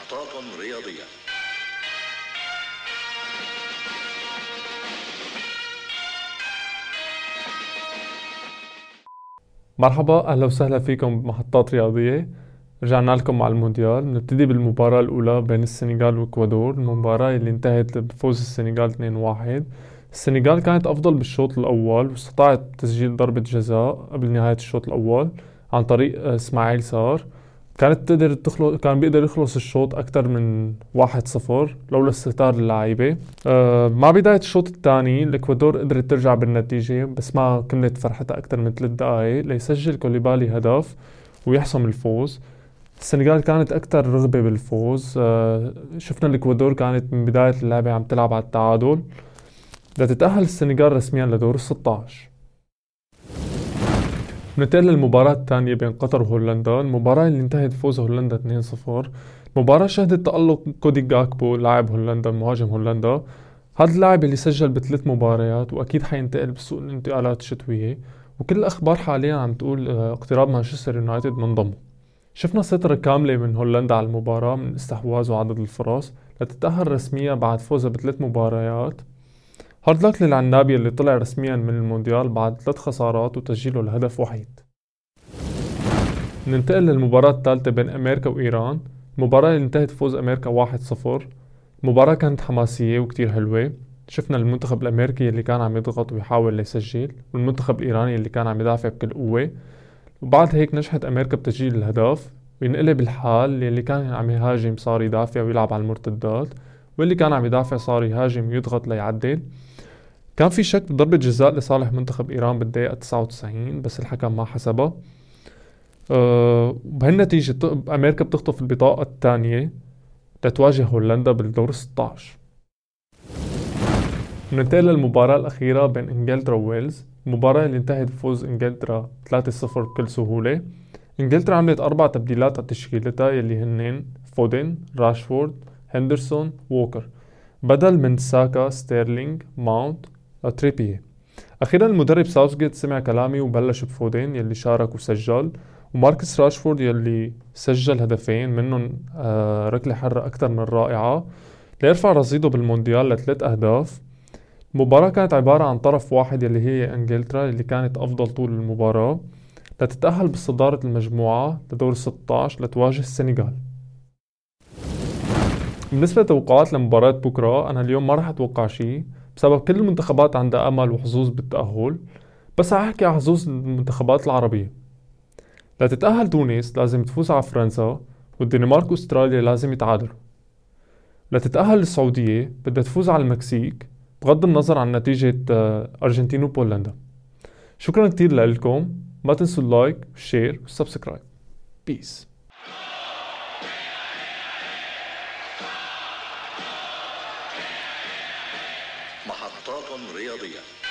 محطات رياضية. مرحبا، أهلا وسهلا فيكم بمحطات رياضية. رجعنا لكم مع المونديال. بنبتدي بالمباراة الأولى بين السنغال والإكوادور، المباراة اللي انتهت بفوز السنغال 2-1. السنغال كانت أفضل بالشوط الأول واستطاعت تسجيل ضربة جزاء قبل نهاية الشوط الأول عن طريق إسماعيل صار. كان بيقدر يخلص الشوط أكثر من 1-0 لولا استهتار اللعيبة. مع بداية الشوط الثاني الإكوادور قدرت ترجع بالنتيجة، بس ما كملت فرحتها أكثر من 3 دقايق ليسجل كوليبالي هدف ويحسم الفوز. السنغال كانت أكثر رغبة بالفوز. شفنا الإكوادور كانت من بداية اللعبة عم تلعب على التعادل لتتأهل السنغال رسميا لدور 16. ننتقل للمباراة الثانية بين قطر وهولندا، المباراة اللي انتهت بفوز هولندا 2-0. المباراة شهدت تألق كودي جاكبو لاعب هولندا، مهاجم هولندا. هذا اللاعب اللي سجل ب3 مباريات وأكيد حينتقل بسوق الانتقالات الشتوية، وكل الأخبار حاليا عم تقول اقتراب مانشستر يونايتد من ضمه. شفنا سيطرة كاملة من هولندا على المباراة من استحواذ وعدد الفرص لتتأهل رسميا بعد فوزها ب3 مباريات. هارد لك للعنابي اللي طلع رسميا من المونديال بعد 3 خسارات وتسجيله لهدف وحيد. ننتقل للمباراة الثالثة بين أمريكا وإيران، المباراة اللي انتهت بفوز أمريكا 1-0. المباراة كانت حماسية وكتير حلوة. شفنا المنتخب الأمريكي اللي كان عم يضغط ويحاول يسجل، والمنتخب الإيراني اللي كان عم يدافع بكل قوة. وبعد هيك نجحت أمريكا بتسجيل الهدف وينقلب الحال، اللي كان عم يهاجم صار يدافع ويلعب على المرتدات، واللي كان عم يدافع صار يهاجم ويضغط ليعدل. كان في شك بضربة جزاء لصالح منتخب إيران بالدقيقة 99 بس الحكم ما حسبها. بهالنتيجة أمريكا بتخطف البطاقة الثانية لتواجه هولندا بالدور 16. ننتقل للمباراة الأخيرة بين إنجلترا وويلز، المباراة اللي انتهت بفوز إنجلترا 3-0 بكل سهولة. إنجلترا عملت 4 تبديلات على تشكيلتها يلي هنين فودن، راشفورد، هندرسون، ووكر، بدل من ساكا، ستيرلينج، ماونت، تريبيه. أخيرا المدرب ساوثجيت سمع كلامي وبلش بفودين يلي شارك وسجل، وماركس راشفورد يلي سجل هدفين منهم ركلة حرة أكثر من رائعة ليرفع رصيده بالمونديال ل3 أهداف. المباراة كانت عبارة عن طرف واحد يلي هي إنجلترا اللي كانت أفضل طول المباراة لتتأهل بصدارة المجموعة لدور 16 لتواجه السنغال. بالنسبة لتوقعات لمباراة بكرة، أنا اليوم ما راح أتوقع شيء بسبب كل المنتخبات عندها أمل وحظوظ بالتأهل، بس راح أحكي على حظوظ المنتخبات العربية. لتتأهل تونس لازم تفوز على فرنسا، والدنمارك وأستراليا لازم يتعادلوا. لتتأهل السعودية بدها تفوز على المكسيك بغض النظر عن نتيجة أرجنتين وبولندا. شكرا كتير لكم، ما تنسوا اللايك والشير والسبسكرايب. بيس. محطات رياضية.